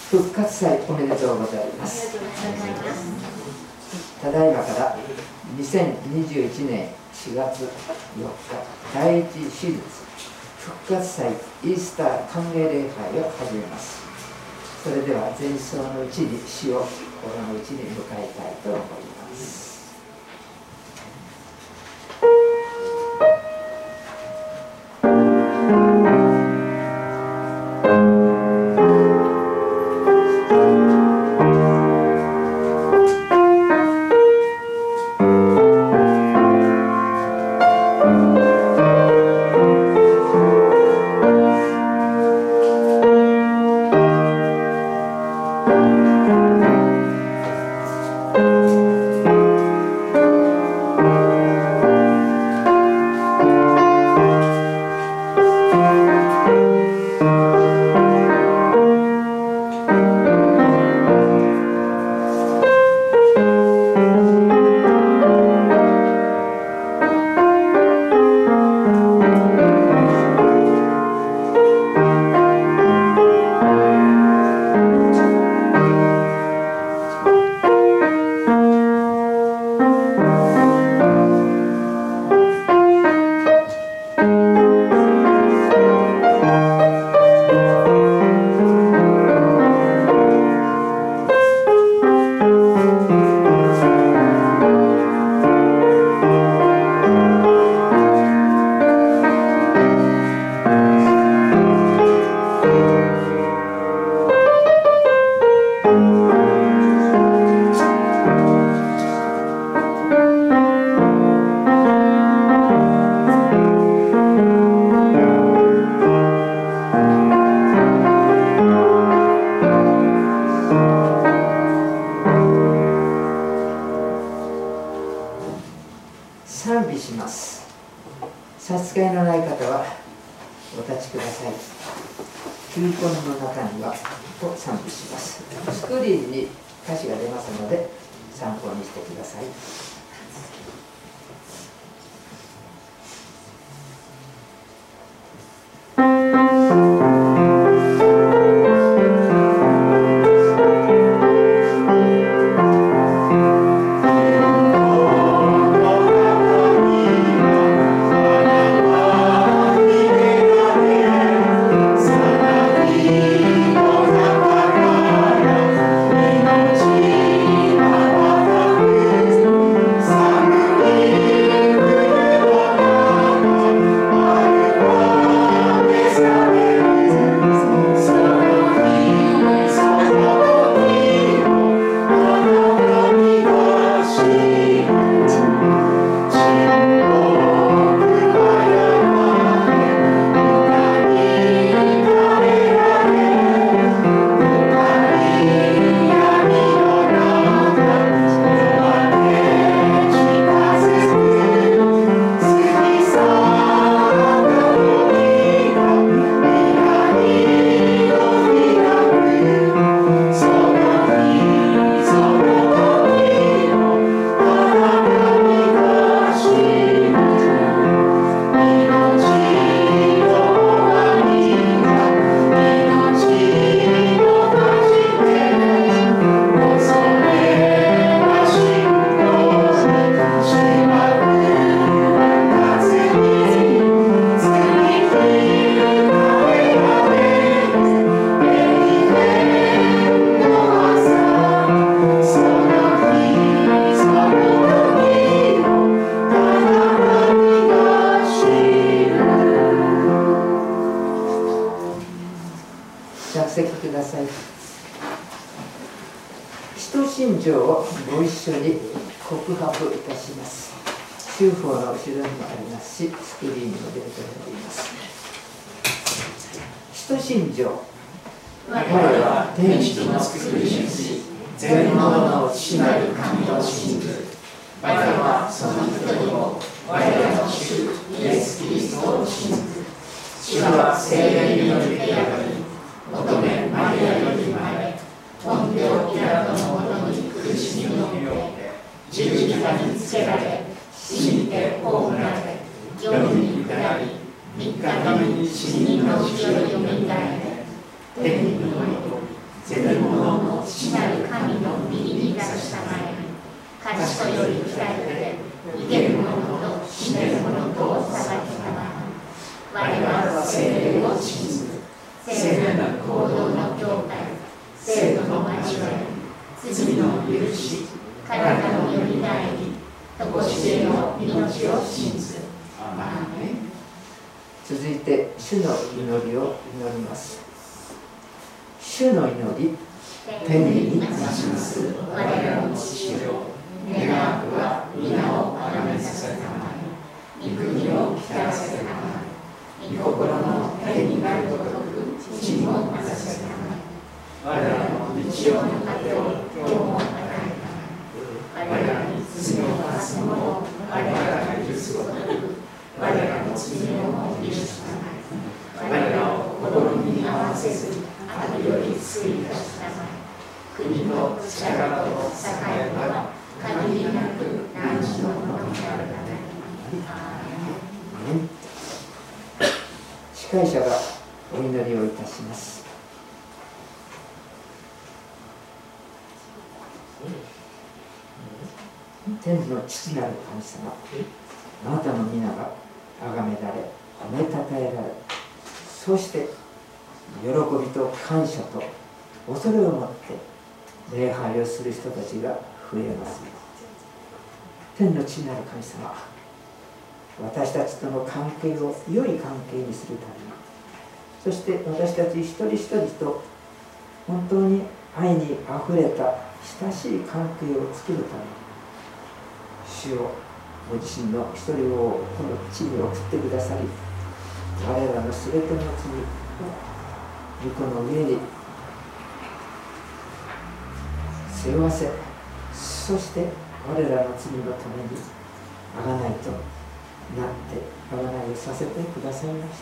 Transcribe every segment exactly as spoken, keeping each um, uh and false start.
復活祭おめでとうございます。ただいまからにせんにじゅういちねんしがつよっか第一手術復活祭イースター歓迎礼拝を始めます。それでは前奏のうちに詩を心のうちに迎えたいと思います。 三日目に死人のうちよりよみがえれ、天に昇り、 全能の父なる神の右に立ちたまえ、賢より鍛えられ、生ける者と死ねる者とを裁きたまえ。我らは聖霊を信ず、聖なる行動の教会、聖徒の交わり、罪の許し、体のよみがえり、常しえの命を信ず。アーメン。 続いて主の祈りを祈ります。主の祈り、天に立ちます我らの父よ、願わくは皆をあがめさせたまえ、御国を来たらせたまえ、御心の天になるごとく地にもなさせたまえ、我らの日曜の糧を今日も与えたまえ、我らに罪を犯す者を我らが許すごとく我らの罪をも許したまえ、我らを試みに合わせず悪より救い出したまえ、国と力と栄えは限りなく何時のものになるため。司会者がお祈りをいたします。天の父なる神様、あなたの皆が崇められ、褒めたたえられ、そして喜びと感謝と恐れを持って礼拝をする人たちが増えます。天の父なる神様、私たちとの関係を良い関係にするために、そして私たち一人一人と本当に愛にあふれた親しい関係を作るために、主をご自身の一人をこの地に送ってくださり、我らのすべての罪を御子の上に背負わせ、そして我らの罪のために贖いとなって贖いをさせてくださいました。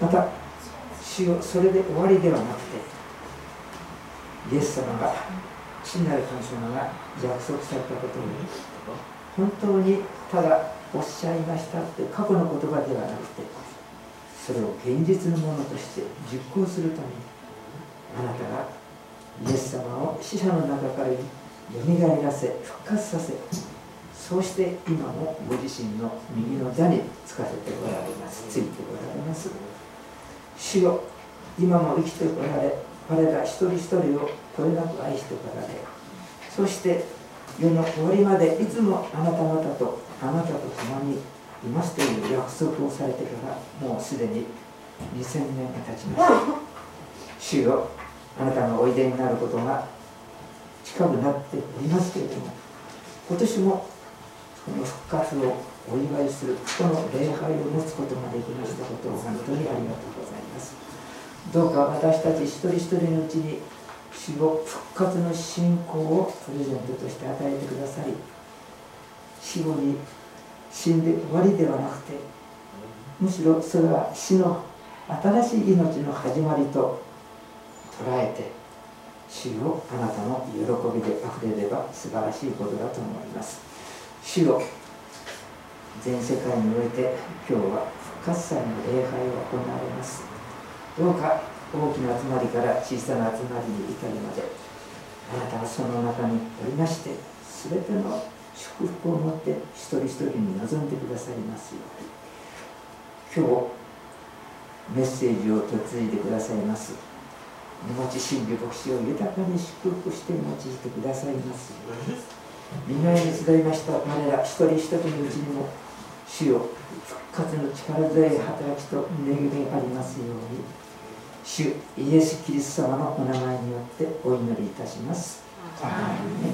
また主よ、それで終わりではなくて、イエス様が、父なる神様が約束されたことに本当にただおっしゃいましたという過去の言葉ではなくて、それを現実のものとして実行するために、あなたがイエス様を死者の中からよみがえらせ復活させ、そうして今もご自身の右の座につかせておられます。ついておられます。主よ、今も生きておられ、我ら一人一人をこれなく愛しておられ、そして世の終わりまでいつもあなた方とあなたと共にいますという約束をされてからもうすでににせんねんが経ちました。主よ、あなたがおいでになることが近くなっておりますけれども、今年もこの復活をお祝いするこの礼拝を持つことができましたことを本当にありがとうございます。どうか私たち一人一人のうちに主を復活の信仰をプレゼントとして与えてくださり、死後に死んで終わりではなくて、むしろそれは死の新しい命の始まりと捉えて、主よ、あなたの喜びであふれれば素晴らしいことだと思います。主よ、全世界において今日は復活祭の礼拝が行われます。どうか大きな集まりから小さな集まりに至るまで、あなたはその中におりまして、すべての祝福を持って一人一人に臨んでくださいますように。今日メッセージを嫁いでくださいます沼地真理牧師を豊かに祝福して用いてくださいますように。みなに集いました我ら一人一人のうちにも、主よ、復活の力強い働きと恵みがありますように、主イエス・キリスト様のお名前によってお祈りいたします。アーメン。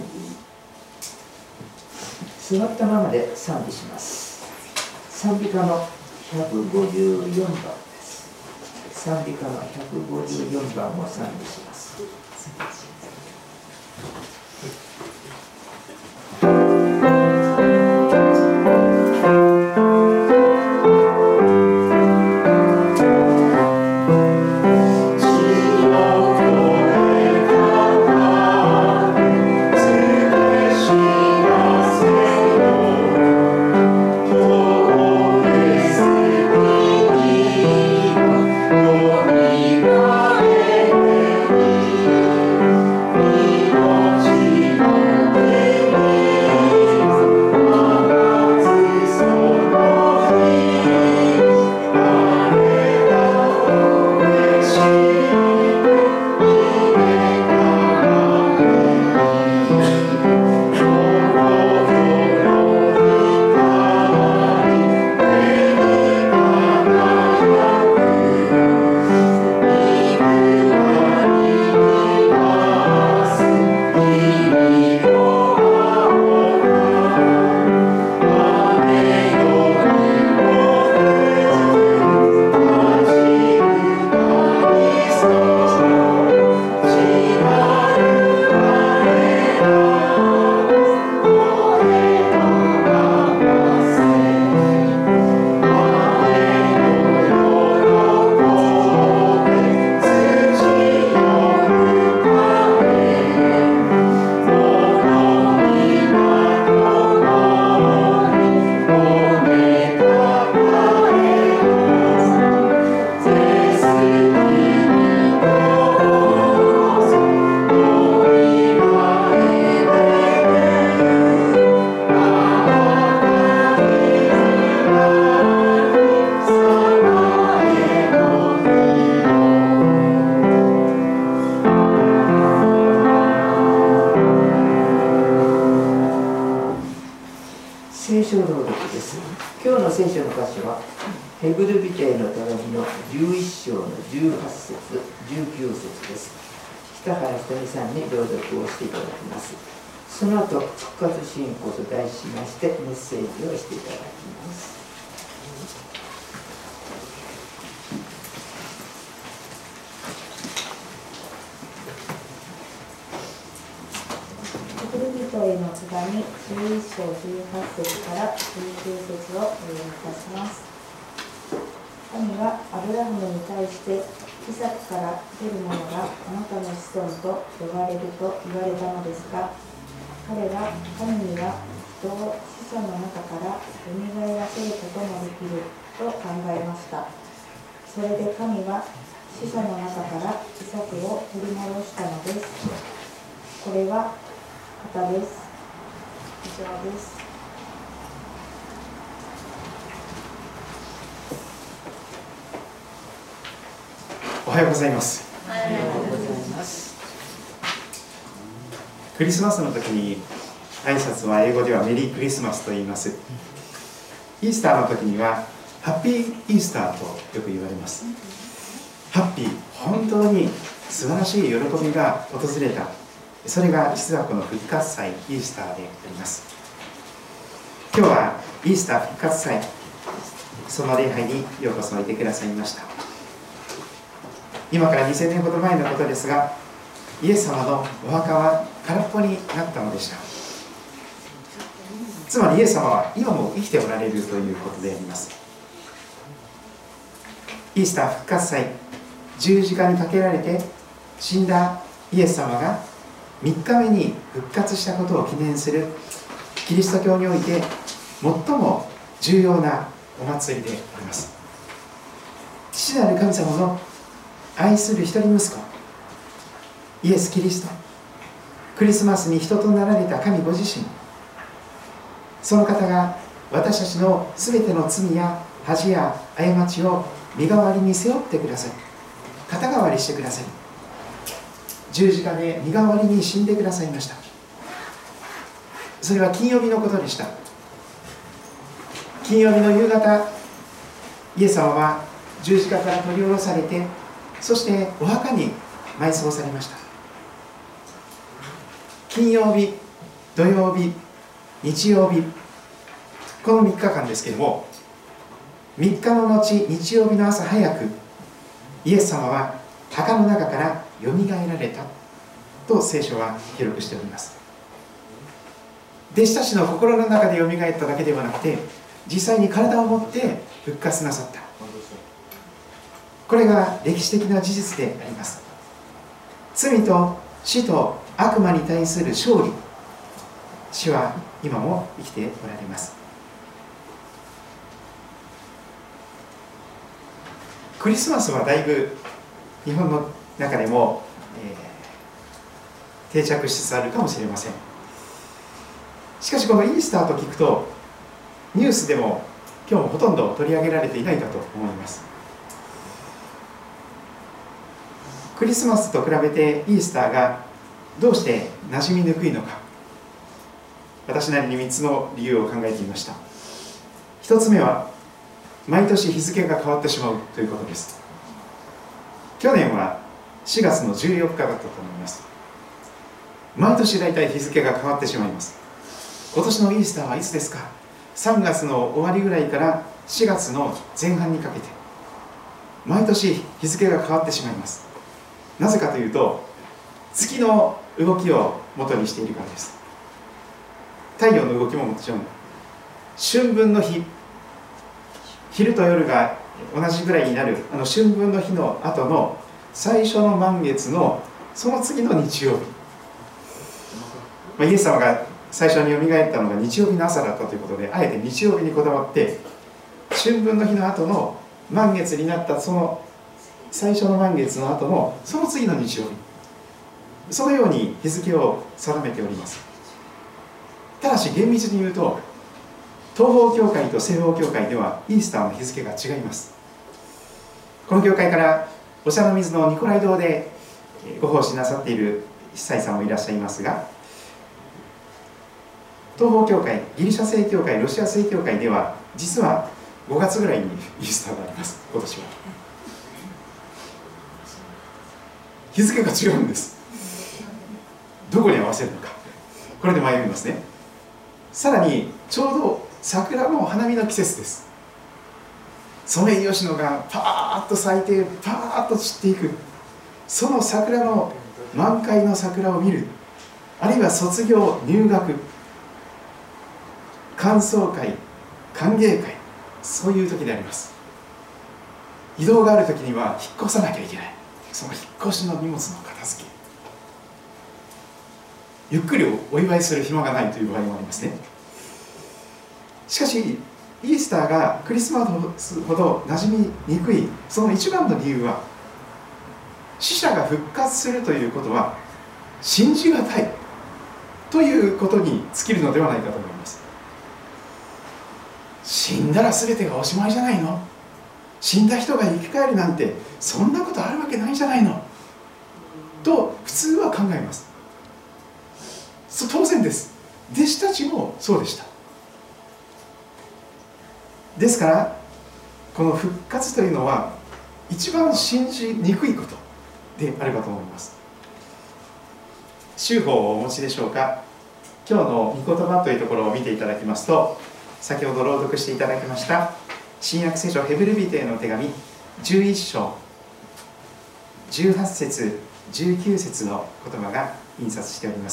座ったままで賛美します。賛美歌のひゃくごじゅうよんばんです。賛美歌のひゃくごじゅうよんばんを賛美します。 よみがえりブルビテへの手紙のじゅういっ章のじゅうはち節、じゅうきゅう節です。北原ひとみさんに朗読をしていただきます。その後、復活信仰と題しましてメッセージをしていただきます。 ヘブル人への手紙じゅういっ章じゅうはち節からじゅうきゅう節をお読みいたします。神はアブラハムに対して、イサクから出る者があなたの子孫と呼ばれると言われたのですが、彼は神には人を死者の中から蘇らせることもできると考えました。それで神は死者の中からイサクを取り戻したのです。これは方です。以上です。 おはようございます。 おはようございます。 クリスマスの時に挨拶は英語ではメリークリスマスと言います。イースターの時にはハッピーイースターとよく言われます。ハッピー、本当に素晴らしい喜びが訪れた、それが実はこの復活祭イースターであります。今日はイースター復活祭、その礼拝にようこそおいでくださいました。今からにせんねんほど前のことですが、イエス様のお墓は空っぽになったのでした。つまりイエス様は今も生きておられるということであります。イースター復活祭、十字架にかけられて死んだイエス様がみっかめに復活したことを記念するキリスト教において最も重要なお祭りであります。父なる神様の愛する一人息子イエス・キリスト、クリスマスに人となられた神ご自身、その方が私たちのすべての罪や恥や過ちを身代わりに背負ってください、肩代わりしてください、十字架で身代わりに死んでくださいました。それは金曜日のことでした。金曜日の夕方、イエス様は十字架から取り下ろされて、そしてお墓に埋葬されました。金曜日、土曜日、日曜日、このみっかかんですけれども、みっかの後、日曜日の朝早く、イエス様は墓の中からよみがえられたと聖書は記録しております。弟子たちの心の中でよみがえっただけではなくて、実際に体を持って復活なさった。これが歴史的な事実であります。罪と死と悪魔に対する勝利、死は今も生きておられます。クリスマスはだいぶ日本の中でも、えー、定着しつつあるかもしれません。しかしこのイースターと聞くと、ニュースでも今日もほとんど取り上げられていないかと思います。クリスマスと比べてイースターがどうして馴染みにくいのか、私なりにみっつの理由を考えてみました。ひとつめは、毎年日付が変わってしまうということです。去年はしがつのじゅうよっかだったと思います。毎年大体日付が変わってしまいます。今年のイースターはいつですか？さんがつの終わりぐらいからしがつの前半にかけて、毎年日付が変わってしまいます。なぜかというと、月の動きを元にしているからです。太陽の動きももちろん、春分の日、昼と夜が同じぐらいになるあの春分の日の後の最初の満月のその次の日曜日、まあ、イエス様が最初によみがえったのが日曜日の朝だったということで、あえて日曜日にこだわって、春分の日の後の満月になったその最初の満月の後のその次の日曜日、そのように日付を定めております。ただし厳密に言うと、東方教会と西方教会ではイースターの日付が違います。この教会からお茶の水のニコライ堂でご奉仕なさっている司祭さんもいらっしゃいますが、東方教会、ギリシャ正教会、ロシア正教会では実はごがつぐらいにイースターがあります。今年は日付が違うんです。どこに合わせるのか、これで迷いますね。さらにちょうど桜の花見の季節です。ソメイヨシノがパーッと咲いてパーッと散っていく、その桜の満開の桜を見る、あるいは卒業、入学、感想会、歓迎会、そういう時であります。移動がある時には引っ越さなきゃいけない。その引っ越しの荷物の片付け、ゆっくりお祝いする暇がないという場合もありますね。しかしイースターがクリスマスほど馴染みにくいその一番の理由は、死者が復活するということは信じがたいということに尽きるのではないかと思います。死んだら全てがおしまいじゃないの、死んだ人が生き返るなんてそんなことあるわけないじゃないのと普通は考えます。当然です。弟子たちもそうでした。ですからこの復活というのは一番信じにくいことであるかと思います。修法をお持ちでしょうか。今日の御言葉というところを見ていただきますと、先ほど朗読していただきました新約聖書ヘブル人への手紙じゅういっ章じゅうはち節じゅうきゅう節の言葉が印刷しております。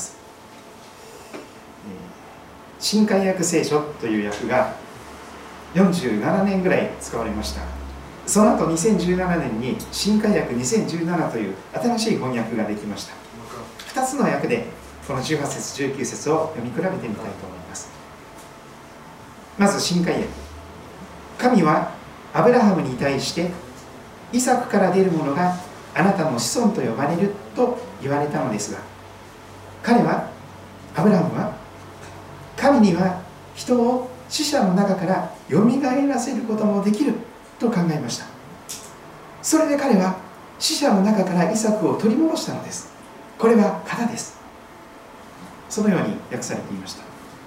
新海訳聖書という訳がよんじゅうななねんぐらい使われました。その後にせんじゅうななねんに新海訳にせんじゅうななという新しい翻訳ができました。ふたつの訳でこのじゅうはち節じゅうきゅう節を読み比べてみたいと思います。まず新海訳。神はアブラハムに対してイサクから出るものがあなたの子孫と呼ばれると言われたのですが、彼はアブラハムは神には人を死者の中からよみがえらせることもできると考えました。それで彼は死者の中からイサクを取り戻したのです。これは型です。そのように訳されていました。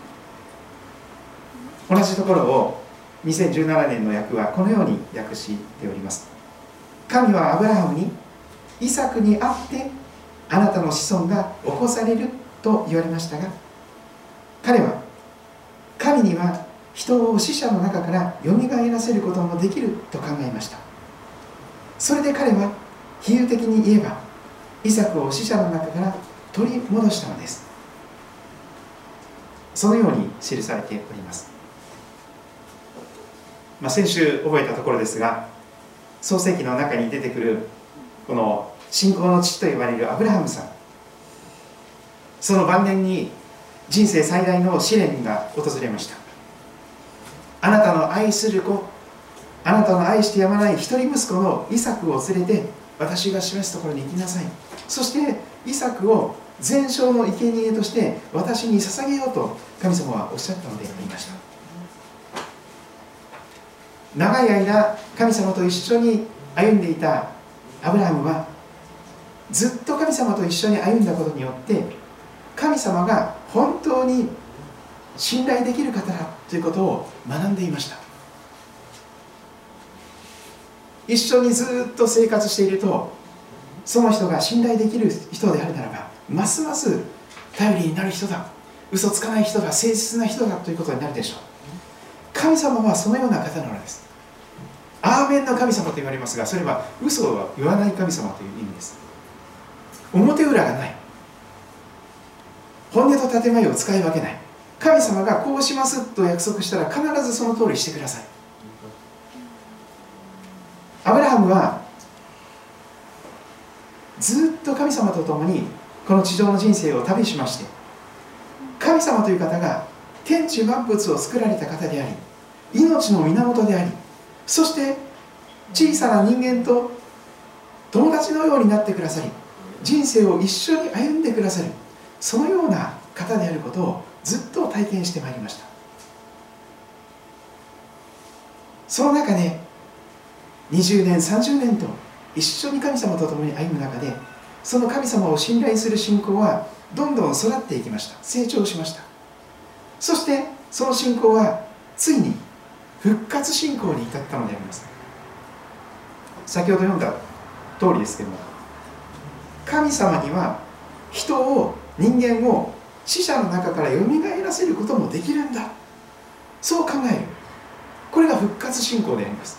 同じところをにせんじゅうななねんの訳はこのように訳しております。神はアブラハムにイサクにあってあなたの子孫が起こされると言われましたが、彼は神には人を死者の中からよみがえらせることもできると考えました。それで彼は比喩的に言えばイサクを死者の中から取り戻したのです。そのように記されております。まあ、先週覚えたところですが、創世記の中に出てくるこの信仰の父と呼ばれるアブラハムさん、その晩年に人生最大の試練が訪れました。あなたの愛する子、あなたの愛してやまない一人息子のイサクを連れて私が示すところに行きなさい。そしてイサクを全焼の生贄として私に捧げようと神様はおっしゃったのでありました。長い間神様と一緒に歩んでいたアブラハムはずっと神様と一緒に歩んだことによって神様が本当に信頼できる方だということを学んでいました。一緒にずっと生活しているとその人が信頼できる人であるならばますます頼りになる人だ、嘘つかない人だ、誠実な人だということになるでしょう。神様はそのような方なのです。アーメンの神様と言われますが、それは嘘を言わない神様という意味です。表裏がない、本音と建前を使い分けない。神様がこうしますと約束したら必ずその通りしてください。アブラハムはずっと神様と共にこの地上の人生を旅しまして、神様という方が天地万物を作られた方であり、命の源であり、そして小さな人間と友達のようになってくださり、人生を一緒に歩んでくださる、そのような方であることをずっと体験してまいりました。その中でにじゅうねんさんじゅうねんと一緒に神様と共に歩む中で、その神様を信頼する信仰はどんどん育っていきました。成長しました。そしてその信仰はついに復活信仰に至ったのであります。先ほど読んだ通りですけども、神様には人を人間を死者の中からよみがえらせることもできるんだ、そう考える。これが復活信仰であります。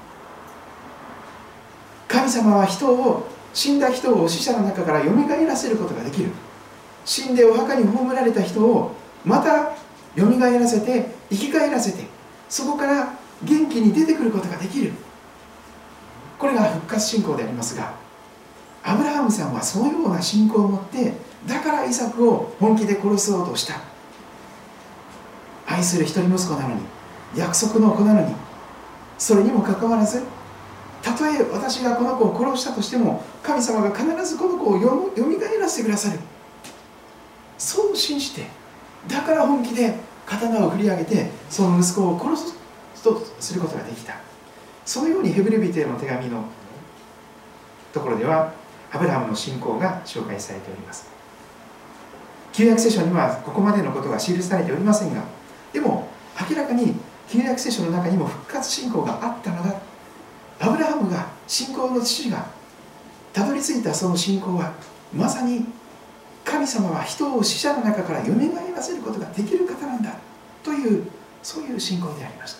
神様は人を、死んだ人を死者の中からよみがえらせることができる。死んでお墓に葬られた人をまたよみがえらせて、生き返らせて、そこから元気に出てくることができる。これが復活信仰でありますが、アブラハムさんはそのような信仰を持って、だからイサクを本気で殺そうとした。愛する一人息子なのに、約束の子なのに、それにもかかわらず、たとえ私がこの子を殺したとしても、神様が必ずこの子をよみがえらせてくださる、そう信じて、だから本気で刀を振り上げてその息子を殺すとすることができた。そのようにヘブル人への手紙のところではアブラハムの信仰が紹介されております。旧約聖書にはここまでのことが記されておりませんが、でも明らかに旧約聖書の中にも復活信仰があったのだ。アブラハムが、信仰の父がたどり着いたその信仰は、まさに神様は人を死者の中からよみがえらせることができる方なんだという、そういう信仰でありました。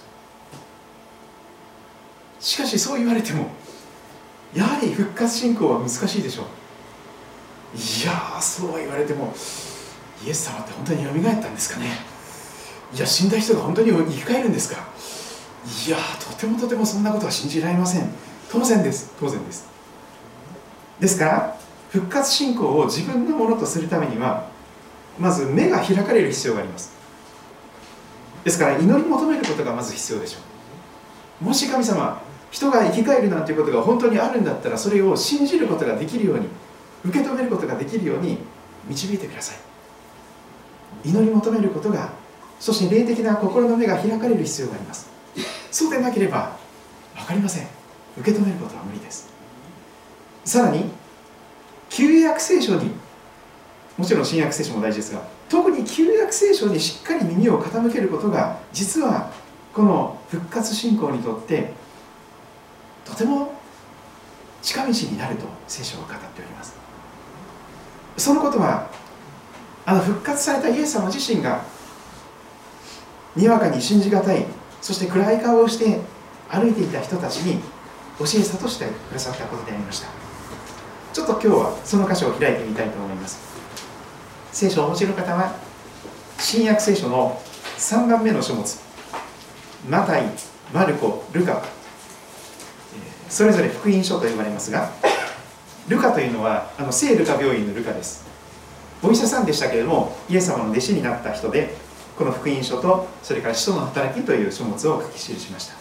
しかしそう言われても、やはり復活信仰は難しいでしょう。いやー、そう言われても、イエス様って本当によみがえったんですかね。いや、死んだ人が本当に生き返るんですか。いやー、とてもとてもそんなことは信じられません。当然です、当然です。ですから復活信仰を自分のものとするためには、まず目が開かれる必要があります。ですから祈り求めることがまず必要でしょう。もし神様、人が生き返るなんていうことが本当にあるんだったら、それを信じることができるように、受け止めることができるように導いてください。祈り求めることが、そして霊的な心の目が開かれる必要があります。そうでなければ分かりません。受け止めることは無理です。さらに旧約聖書に、もちろん新約聖書も大事ですが、特に旧約聖書にしっかり耳を傾けることが、実はこの復活信仰にとってとても近道になると聖書は語っております。そのことは、あの復活されたイエス様自身がにわかに信じがたい、そして暗い顔をして歩いていた人たちに教え諭してくださったことでありました。ちょっと今日はその箇所を開いてみたいと思います。聖書をお持ちの方は新約聖書のさんばんめの書物、マタイ、マルコ、ルカ、それぞれ福音書と呼ばれますが、ルカというのはあの聖ルカ病院のルカです。お医者さんでしたけれども、イエス様の弟子になった人で、この福音書とそれから使徒の働きという書物を書き記しました。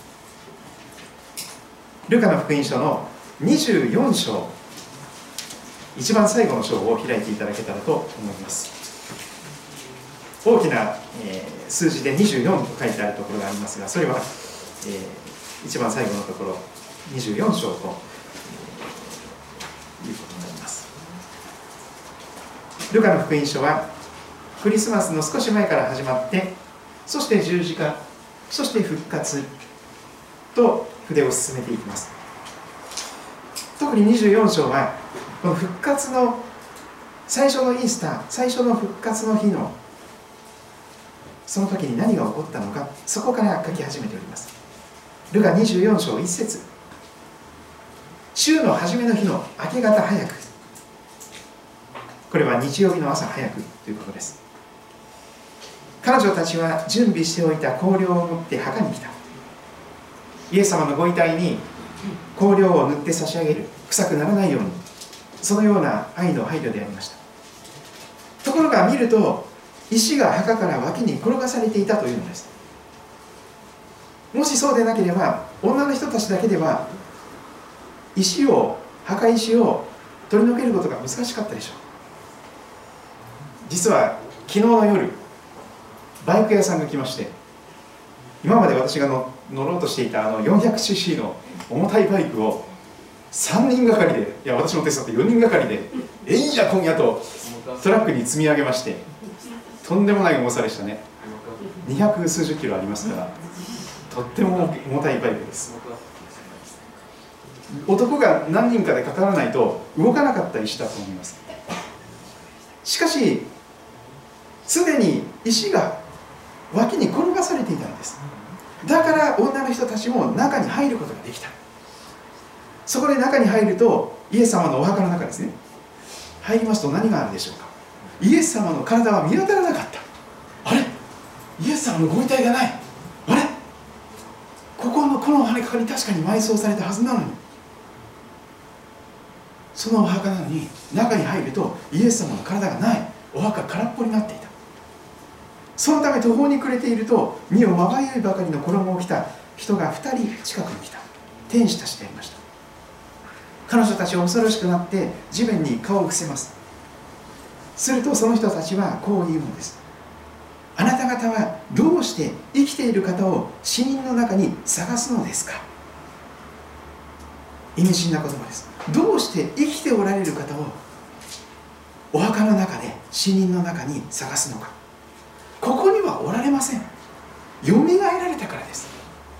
ルカの福音書のにじゅうよん章、一番最後の章を開いていただけたらと思います。大きな、えー、数字でにじゅうよんと書いてあるところがありますが、それは、えー、一番最後のところにじゅうよん章と、えー、いうことになります。ルカの福音書はクリスマスの少し前から始まって、そして十字架、そして復活と筆を進めていきます。特ににじゅうよん章はこの復活の最初のイースター、最初の復活の日のその時に何が起こったのか、そこから書き始めております。ルカにじゅうよん章いち節、週の初めの日の明け方早く、これは日曜日の朝早くということです。彼女たちは準備しておいた香料を持って墓に来た。イエス様のご遺体に香料を塗って差し上げる、臭くならないように、そのような愛の配慮でありました。ところが見ると、石が墓から脇に転がされていたというのです。もしそうでなければ、女の人たちだけでは石を、墓石を取り除けることが難しかったでしょう。実は昨日の夜、バイク屋さんが来まして、今まで私が乗ろうとしていたあの よんひゃくシーシー の重たいバイクをさんにんがかりで、いや私も手伝ってよにんがかりでえいやこんやとトラックに積み上げまして、とんでもない重さでしたね。にひゃくすうじゅっキロありますから、 とっても重たいバイクです。男が何人かでかからないと動かなかった石だと思います。しかしすでに石が脇に転がされていたのです。だから女の人たちも中に入ることができた。そこで中に入ると、イエス様のお墓の中ですね、入りますと何があるでしょうか。イエス様の体は見当たらなかった。あれ、イエス様のご遺体がない。あれ、ここのこのお墓に確かに埋葬されたはずなのに、そのお墓なのに中に入るとイエス様の体がない。お墓空っぽになっていた。そのため途方に暮れていると、身をまばゆいばかりの衣を着た人がふたり近くに来た。天使たちでありました。彼女たちは恐ろしくなって地面に顔を伏せます。するとその人たちはこう言うのです。あなた方はどうして生きている方を死人の中に探すのですか。意味深な言葉です。どうして生きておられる方をお墓の中で死人の中に探すのか。ここにはおられません。よみがえられたからです。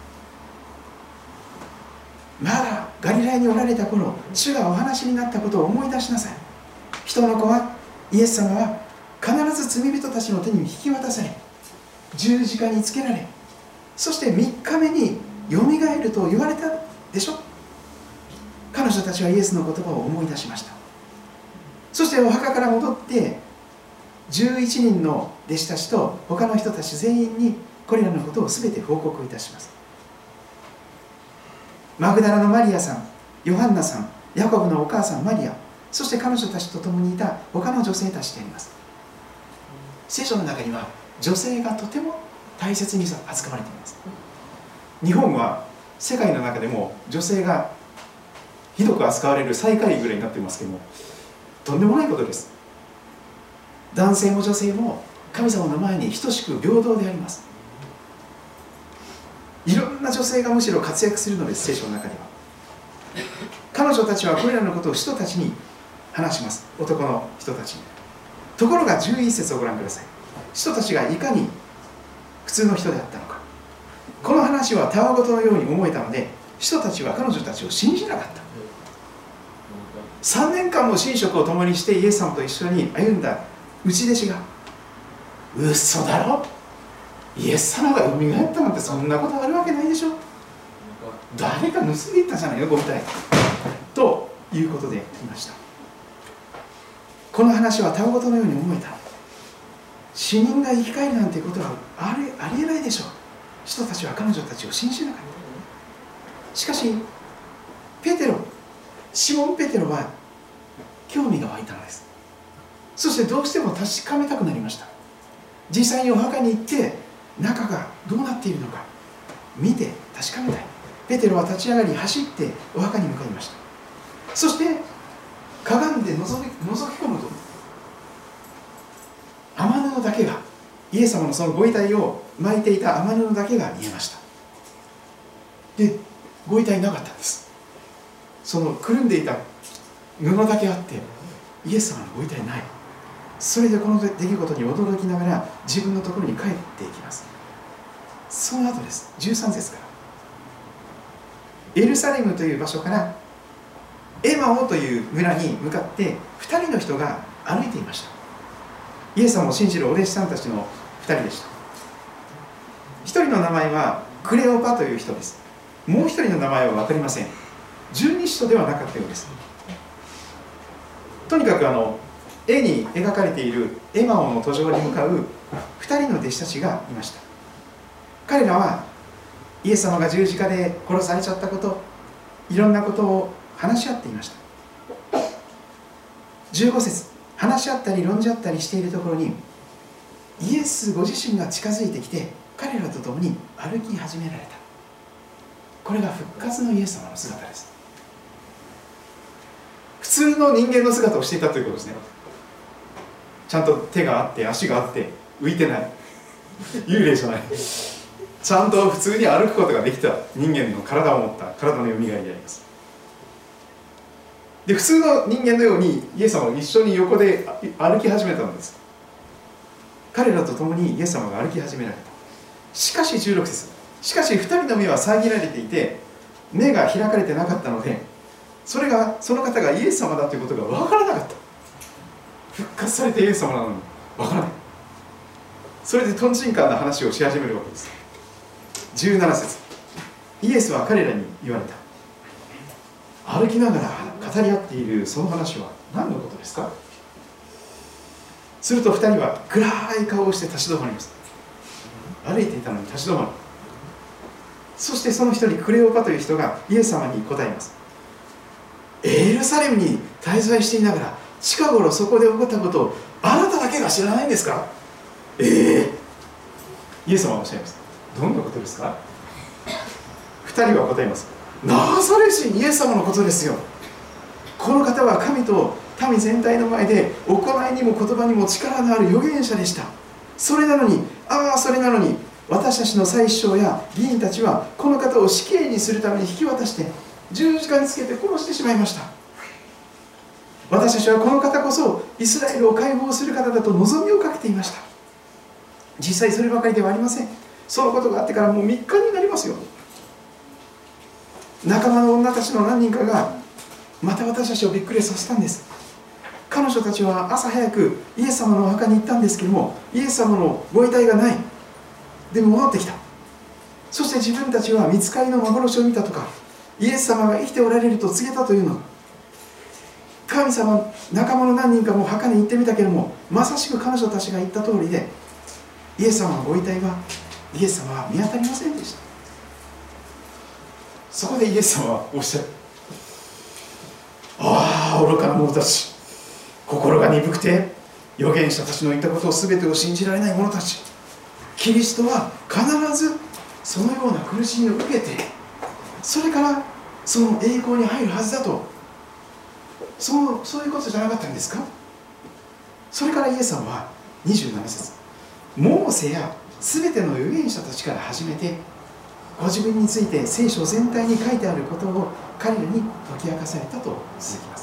まだガリラヤにおられた頃、主がお話になったことを思い出しなさい。人の子は、イエス様は必ず罪人たちの手に引き渡され、十字架につけられ、そしてみっかめによみがえると言われたでしょ。彼女たちはイエスの言葉を思い出しました。そしてお墓から戻ってじゅういちにんの弟子たちと他の人たち全員にこれらのことを全て報告いたします。マグダラのマリアさん、ヨハンナさん、ヤコブのお母さんマリア、そして彼女たちと共にいた他の女性たちであります。聖書の中には女性がとても大切に扱われています。日本は世界の中でも女性がひどく扱われる最下位ぐらいになっていますけども、とんでもないことです。男性も女性も神様の前に等しく平等であります。いろんな女性がむしろ活躍するのです。聖書の中では彼女たちはこれらのことを人たちに話します。男の人たちに。ところがじゅういっ節をご覧ください。人たちがいかに普通の人であったのか。この話はたわごとのように思えたので、人たちは彼女たちを信じなかった。さんねんかんも寝食を共にしてイエス様と一緒に歩んだ内弟子が、嘘だろ、イエス様がよみがえったなんてそんなことあるわけないでしょ、誰か盗んでいったじゃないのご遺体ということで言いました。この話はたわごとのように思えた。死人が生き返るなんてことはあり、ありえないでしょう。人たちは彼女たちを信じなかった。しかしペテロ、シモン・ペテロは興味が湧いたのです。そしてどうしても確かめたくなりました。実際にお墓に行って中がどうなっているのか見て確かめたい。ペテロは立ち上がり走ってお墓に向かいました。そしてかがんで覗き、覗き込むと雨布だけが、イエス様のそのご遺体を巻いていた雨布だけが見えました。で、ご遺体なかったんです。そのくるんでいた布だけあってイエス様のご遺体ない。それでこの出来事に驚きながら自分のところに帰っていきます。その後です。じゅうさん節から、エルサレムという場所からエマオという村に向かってふたりの人が歩いていました。イエス様を信じるお弟子さんたちのふたりでした。ひとりの名前はクレオパという人です。もうひとりの名前は分かりません。十二使徒ではなかったようです。とにかくあの絵に描かれているエマオの途上に向かうふたりの弟子たちがいました。彼らはイエス様が十字架で殺されちゃったこと、いろんなことを話し合っていました。じゅうご節、話し合ったり論じ合ったりしているところにイエスご自身が近づいてきて彼らと共に歩き始められた。これが復活のイエス様の姿です。普通の人間の姿をしていたということですね。ちゃんと手があって足があって浮いてない幽霊じゃない、ちゃんと普通に歩くことができた人間の体を持った体のよみがえりであります。で、普通の人間のようにイエス様は一緒に横で歩き始めたのです。彼らと共にイエス様が歩き始められた。しかしじゅうろく節、 しかしふたりの目は遮られていて目が開かれてなかったので、それがその方がイエス様だということが分からなかった。復活されてイエス様なのに分からない。それでとんちんかんな話をし始めるわけです。じゅうなな節、イエスは彼らに言われた。歩きながら語り合っているその話は何のことですか？するとふたりは暗い顔をして立ち止まります。歩いていたのに立ち止まる。そしてその一人クレオパという人がイエス様に答えます。エルサレムに滞在していながら近頃そこで起こったことをあなただけが知らないんですか？ええー、イエス様はおっしゃいます。どんなことですか？二人は答えます。ナザレ人イエス様のことですよ。この方は神と民全体の前で行いにも言葉にも力のある預言者でした。それなのに、ああそれなのに私たちの宰相や議員たちはこの方を死刑にするために引き渡して十字架につけて殺してしまいました。私たちはこの方こそイスラエルを解放する方だと望みをかけていました。実際そればかりではありません。そのことがあってからもうみっかになりますよ。仲間の女たちの何人かがまた私たちをびっくりさせたんです。彼女たちは朝早くイエス様のお墓に行ったんですけども、イエス様のご遺体がない。でも戻ってきた。そして自分たちは御使いの幻を見たとか、イエス様が生きておられると告げたというの。神様、仲間の何人かも墓に行ってみたけれども、まさしく彼女たちが言った通りで、イエス様のご遺体はイエス様は見当たりませんでした。そこでイエス様はおっしゃる。ああ愚かな者たち、心が鈍くて預言者たちの言ったことを全てを信じられない者たち、キリストは必ずそのような苦しみを受けて、それからその栄光に入るはずだと、そう、そういうことじゃなかったんですか？それからイエス様はにじゅうなな節、モーセや全ての預言者たちから始めてご自分について聖書全体に書いてあることを彼らに解き明かされたと続きます。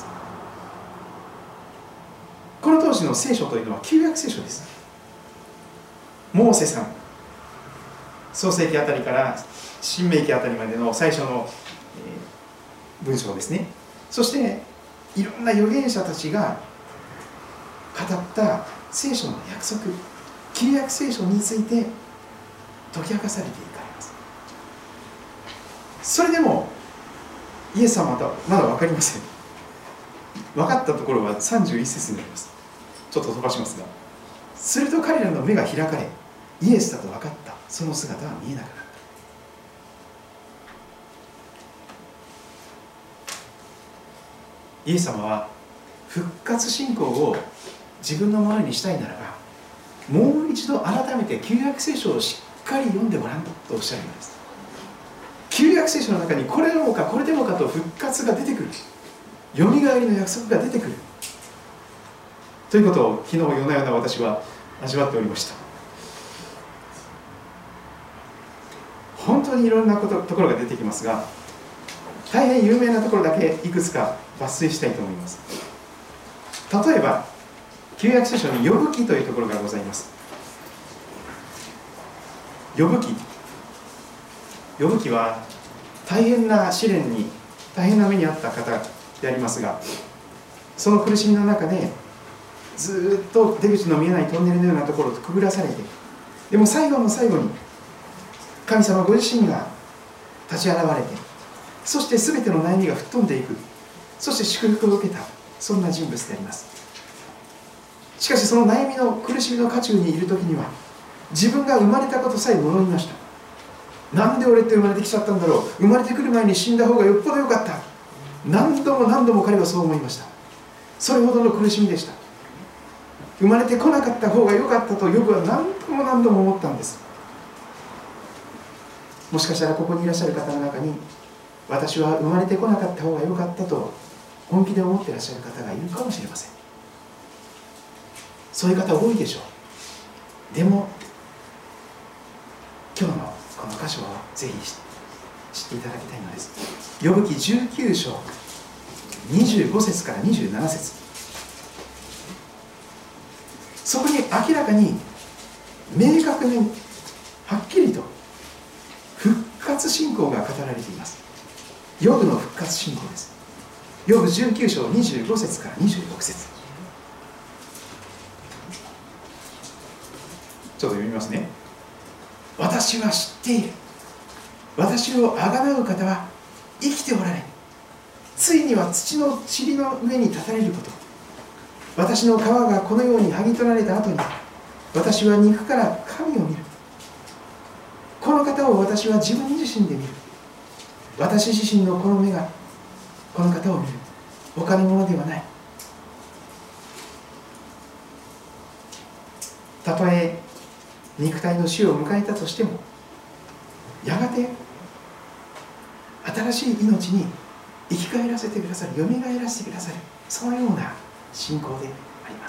この当時の聖書というのは旧約聖書です。モーセさん、創世記あたりから新明記あたりまでの最初の、えー、文章ですね。そしていろんな預言者たちが語った聖書の約束、旧約聖書について解き明かされていかれます。それでもイエス様はまだ分かりません。分かったところはさんじゅういち節になります。ちょっと飛ばしますが、すると彼らの目が開かれ、イエスだと分かったその姿は見えなくなった。イエス様は復活信仰を自分のものにしたいならば、もう一度改めて旧約聖書をしっかり読んでごらんとおっしゃるのです。旧約聖書の中にこれでもかこれでもかと復活が出てくる、よみがえりの約束が出てくるということを昨日夜な夜な私は味わっておりました。本当にいろんなことところが出てきますが、大変有名なところだけいくつか抜粋したいと思います。例えば旧約聖書にヨブ記というところがございます。ヨブ記ヨブ記は大変な試練に大変な目にあった方でありますが、その苦しみの中でずっと出口の見えないトンネルのようなところをくぐらされて、でも最後の最後に神様ご自身が立ち現れて、そして全ての悩みが吹っ飛んでいく、そして祝福を受けた、そんな人物であります。しかしその悩みの苦しみの渦中にいる時には、自分が生まれたことさえ呪いました。なんで俺って生まれてきちゃったんだろう、生まれてくる前に死んだ方がよっぽどよかった、何度も何度も彼はそう思いました。それほどの苦しみでした。生まれてこなかった方がよかったとヨブは何度も何度も思ったんです。もしかしたらここにいらっしゃる方の中に、私は生まれてこなかった方がよかったと本気で思っていらっしゃる方がいるかもしれません。そういう方多いでしょう。でも今日のこの箇所をぜひ知っていただきたいのです。ヨブ記じゅうきゅう章にじゅうご節からにじゅうなな節、そこに明らかに明確にはっきりと復活信仰が語られています。ヨブの復活信仰です。ヨブじゅうきゅう章にじゅうご節からにじゅうろく節、ちょっと読みますね。私は知っている。私をあがなう方は生きておられる。ついには土の塵の上に立たれること。私の皮がこのように剥ぎ取られた後に、私は肉から神を見る。この方を私は自分自身で見る。私自身のこの目がこの方を見る。他のものではない。たとえ肉体の死を迎えたとしても、やがて新しい命に生き返らせてくださる、よみがえらせてくださる、そのような信仰であります。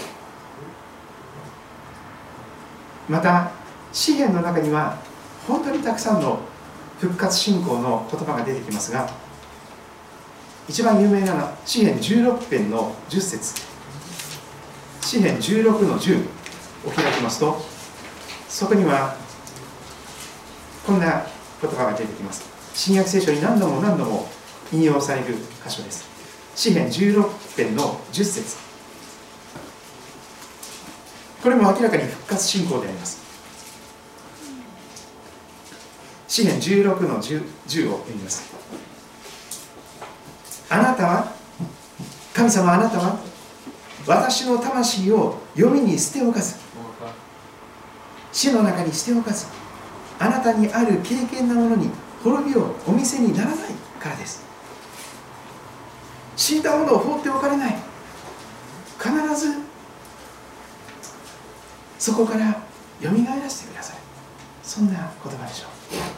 また詩篇の中には本当にたくさんの復活信仰の言葉が出てきますが、一番有名なのは詩篇じゅうろく編のじゅっ節、詩篇じゅうろくのじゅうを開きますと、そこにはこんな言葉が出てきます。新約聖書に何度も何度も引用される箇所です。詩篇じゅうろく編のじゅっ節、これも明らかに復活信仰であります。詩篇じゅうろくのじゅうを読みます。あなたは、神様あなたは私の魂を黄泉に捨ておかず、死の中に捨ておかず、あなたにある敬虔なものに滅びをお見せにならないからです。死んだものを放っておかれない。必ずそこからよみがえらせてください。そんな言葉でしょう。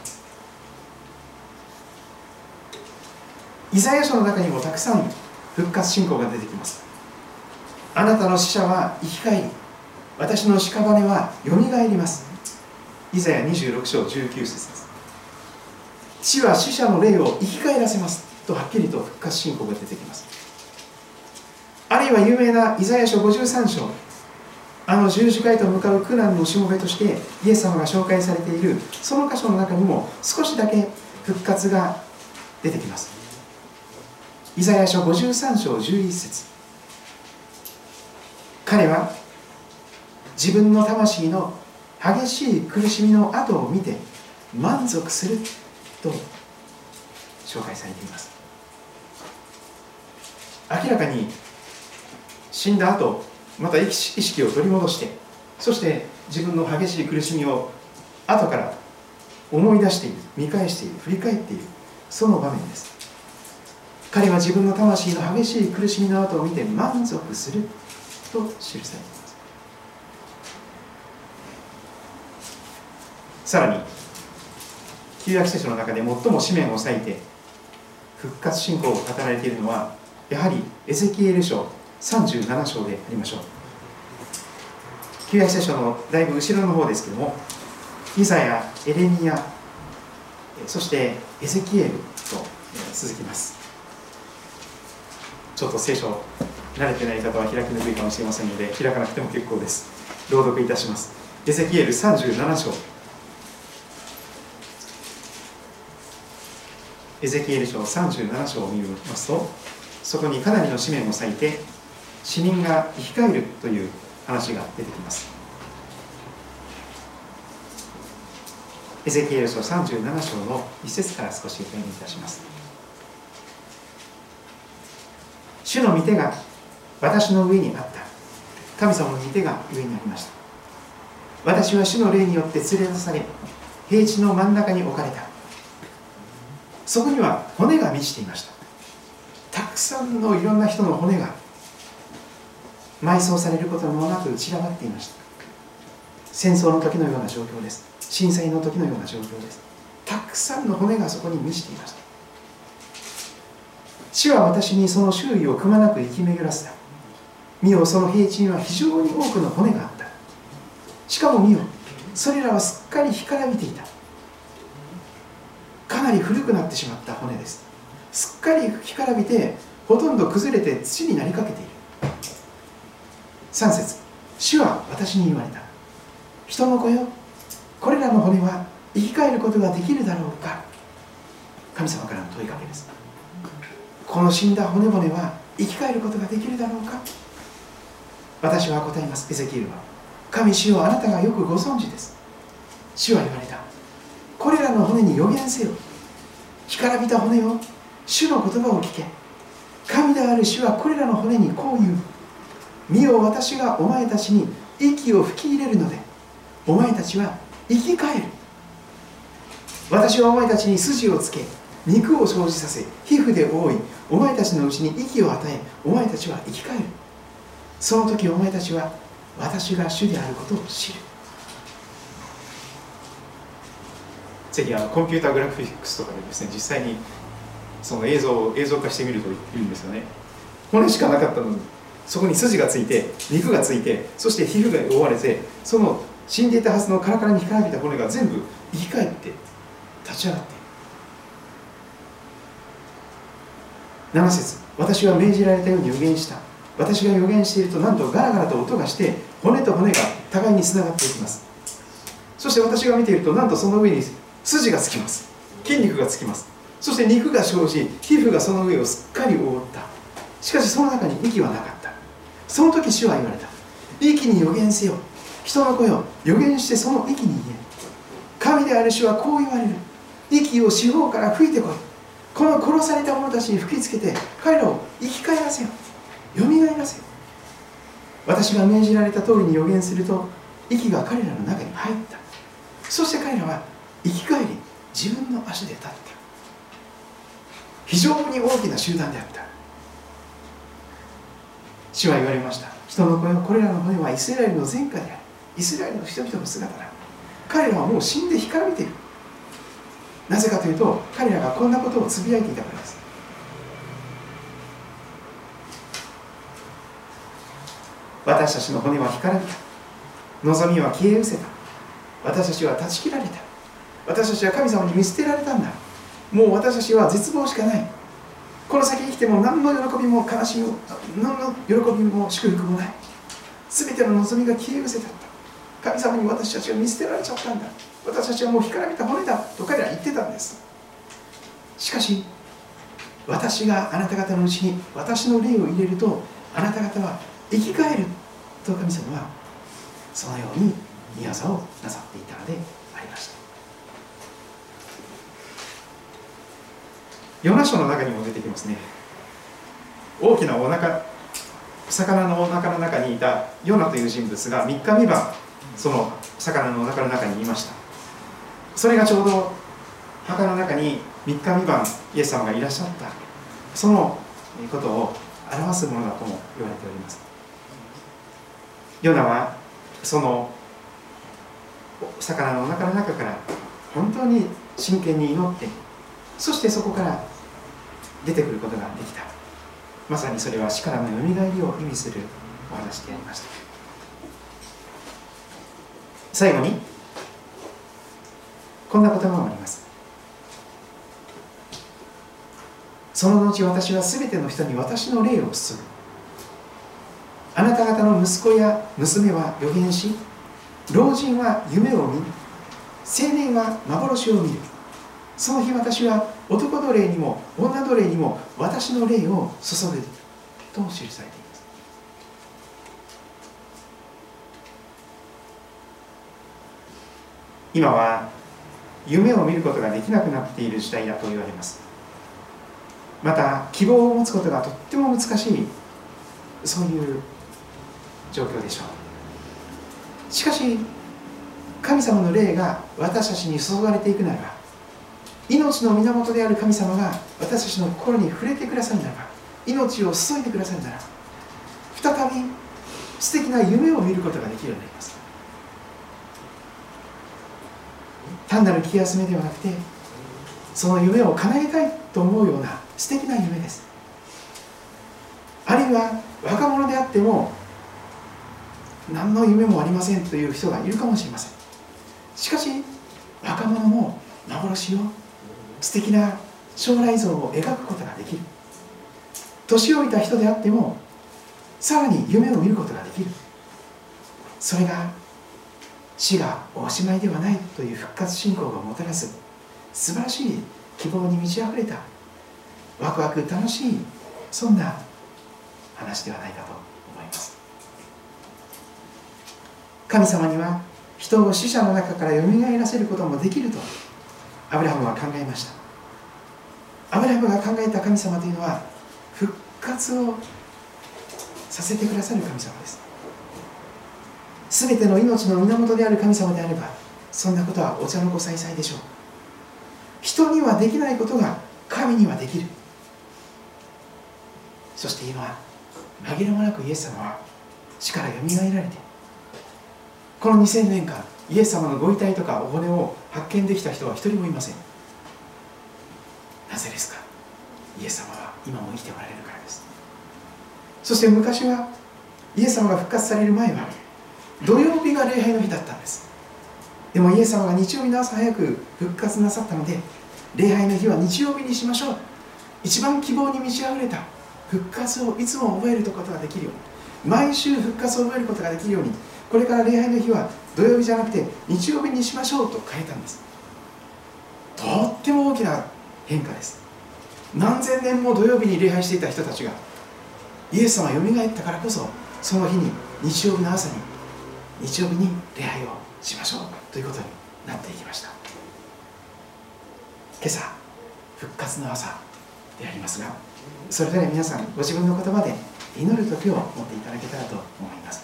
イザヤ書の中にもたくさん復活信仰が出てきます。あなたの死者は生き返り、私の屍はよみがえります。イザヤにじゅうろく章じゅうきゅう節です。死は死者の霊を生き返らせますとはっきりと復活信仰が出てきます。あるいは有名なイザヤ書ごじゅうさん章、あの十字架へと向かう苦難のしもべとしてイエス様が紹介されているその箇所の中にも少しだけ復活が出てきます。イザヤ書ごじゅうさん章じゅういち節、彼は自分の魂の激しい苦しみの後を見て満足すると紹介されています。明らかに死んだ後、また意識を取り戻して、そして自分の激しい苦しみを後から思い出している、見返している、振り返っている、その場面です。彼は自分の魂の激しい苦しみの後を見て満足すると記されています。さらに旧約聖書の中で最も紙面を割いて復活信仰を語られているのは、やはりエゼキエル書さんじゅうなな章でありましょう。旧約聖書のだいぶ後ろの方ですけれども、イザヤ、エレミヤ、そしてエゼキエルと続きます。ちょっと聖書慣れてない方は開きにくいかもしれませんので、開かなくても結構です。朗読いたします。エゼキエルさんじゅうなな章、エゼキエル書さんじゅうなな章を見ますと、そこにかなりの紙面を割いて死人が生き返るという話が出てきます。エゼキエル書さんじゅうなな章の一節から少しお読みいたします。主の御手が私の上にあった。神様の御手が上にありました。私は主の霊によって連れ出され、平地の真ん中に置かれた。そこには骨が満ちていました。たくさんのいろんな人の骨が埋葬されることもなく散らばっていました。戦争の時のような状況です。震災の時のような状況です。たくさんの骨がそこに満ちていました。主は私にその周囲をくまなく生き巡らせた。見よ、その平地には非常に多くの骨があった。しかも見よ、それらはすっかり干からびていた。かなり古くなってしまった骨です。すっかり干からびて、ほとんど崩れて土になりかけている。さん節、主は私に言われた。人の子よ、これらの骨は生き返ることができるだろうか。神様からの問いかけです。この死んだ骨々は生き返ることができるだろうか。私は答えます。エゼキエルは、神主よ、あなたがよくご存知です。主は言われた。これらの骨に予言せよ。干からびた骨よ、主の言葉を聞け。神である主はこれらの骨にこう言う。見よ、私がお前たちに息を吹き入れるので、お前たちは生き返る。私はお前たちに筋をつけ、肉を生じさせ、皮膚で覆い、お前たちのうちに息を与え、お前たちは生き返る。その時お前たちは私が主であることを知る。次はコンピューターグラフィックスとかでですね、実際にその映像を映像化してみるといいんですよね。骨しかなかったのに、そこに筋がついて、肉がついて、そして皮膚が覆われて、その死んでいたはずのカラカラに干からびた骨が全部生き返って立ち上がっている。なな節、私は命じられたように予言した。私が予言していると、なんとガラガラと音がして、骨と骨が互いにつながっていきます。そして私が見ていると、なんとその上に筋がつきます。筋肉がつきます。そして肉が生じ、皮膚がその上をすっかり覆った。しかしその中に息はなかった。その時主は言われた。息に予言せよ。人の声を予言してその息に言え。神である主はこう言われる。息を四方から吹いてこい。この殺された者たちに吹きつけて、彼らを生き返らせよ。よみがえらせよ。私が命じられた通りに予言すると、息が彼らの中に入った。そして彼らは生き返り、自分の足で立った。非常に大きな集団であった。主は言われました。人の声を、これらの骨はイスラエルの前科である。イスラエルの人々の姿だ。彼らはもう死んで干からびている。なぜかというと、彼らがこんなことをつぶやいていたからです。私たちの骨は干からびた。望みは消え失せた。私たちは断ち切られた。私たちは神様に見捨てられたんだ。もう私たちは絶望しかない。この先生きても何の喜びも悲しみも何の喜びも祝福もない。すべての望みが消え失せた。神様に私たちは見捨てられちゃったんだ。私たちはもう干からびた骨だと彼らは言ってたんです。しかし私があなた方のうちに私の霊を入れると、あなた方は生き返ると神様はそのように御業をなさっていたのでありました。ヨナ書の中にも出てきますね。大きなお腹、魚のお腹の中にいたヨナという人物がみっかみばんその魚のお腹の中にいました。それがちょうど墓の中にみっかみばんイエス様がいらっしゃった、そのことを表すものだとも言われております。ヨナはその魚のお腹の中から本当に真剣に祈って、そしてそこから出てくることができた。まさにそれは死からのよみがえりを意味するお話でありました。最後にこんな言葉もあります。その後私はすべての人に私の霊を注ぐ。あなた方の息子や娘は預言し、老人は夢を見、青年は幻を見る。その日私は男奴隷にも女奴隷にも私の霊を注ぐと記されています。今は夢を見ることができなくなっている時代だと言われます。また希望を持つことがとっても難しい、そういう状況でしょう。しかし神様の霊が私たちに注がれていくならば、命の源である神様が私たちの心に触れてくださるならば、命を注いでくださるなら、再び素敵な夢を見ることができるようになります。単なる気休めではなくて、その夢を叶えたいと思うような素敵な夢です。あるいは若者であっても何の夢もありませんという人がいるかもしれません。しかし若者も幻を、素敵な将来像を描くことができる。年老いた人であってもさらに夢を見ることができる。それが死がおしまいではないという復活信仰がもたらす素晴らしい希望に満ち溢れたワクワク楽しい、そんな話ではないかと思います。神様には人を死者の中からよみがえらせることもできるとアブラハムは考えました。アブラハムが考えた神様というのは復活をさせてくださる神様です。すべての命の源である神様であれば、そんなことはお茶の子さいさいでしょう。人にはできないことが神にはできる。そして今紛れもなくイエス様は死からよみがえられて、このにせんねんかんイエス様のご遺体とかお骨を発見できた人は一人もいません。なぜですか？イエス様は今も生きておられるからです。そして昔はイエス様が復活される前は土曜日が礼拝の日だったんです。でもイエス様が日曜日の朝早く復活なさったので、礼拝の日は日曜日にしましょう。一番希望に満ち溢れた復活をいつも覚えることができるように、毎週復活を覚えることができるように、これから礼拝の日は土曜日じゃなくて日曜日にしましょうと変えたんです。とっても大きな変化です。何千年も土曜日に礼拝していた人たちがイエス様がよみがえったからこそ、その日に日曜日の朝に日曜日に礼拝をしましょうということになっていきました。今朝復活の朝でありますが、それぞれ皆さんご自分の言葉で祈る時を持っていただけたらと思います。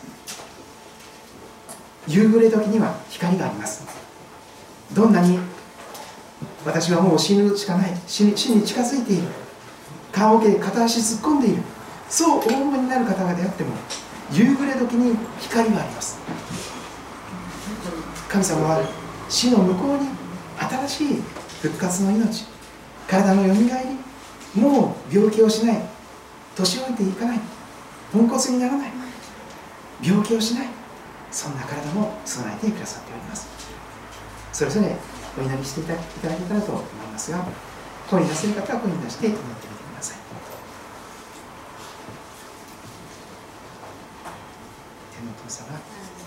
夕暮れ時には光があります。どんなに私はもう死ぬしかない、死に、死に近づいている、棺桶で片足突っ込んでいる、そうお思いになる方々であっても、夕暮れ時に光があります。神様は死の向こうに新しい復活の命、体のよみがえり、もう病気をしない、年老いていかない、ポンコツにならない、病気をしない、そんな体も備えてくださっております。それぞれお祈りしていただけたらと思いますが、声に出せる方は声に出して祈ってみてください。天のお父様、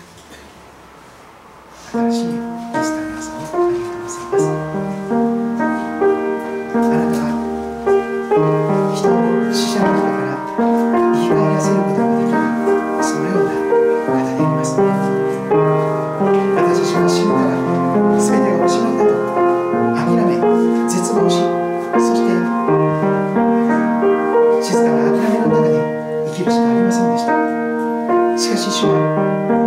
新しいイースターの朝にありがとうございます。あなたは人を死者の中から生き返らせることができる、そのような方であります。私たちが死んだら全てがおしまいだと諦め絶望し、そして静かな諦めの中で生きるしかありませんでした。しかし主は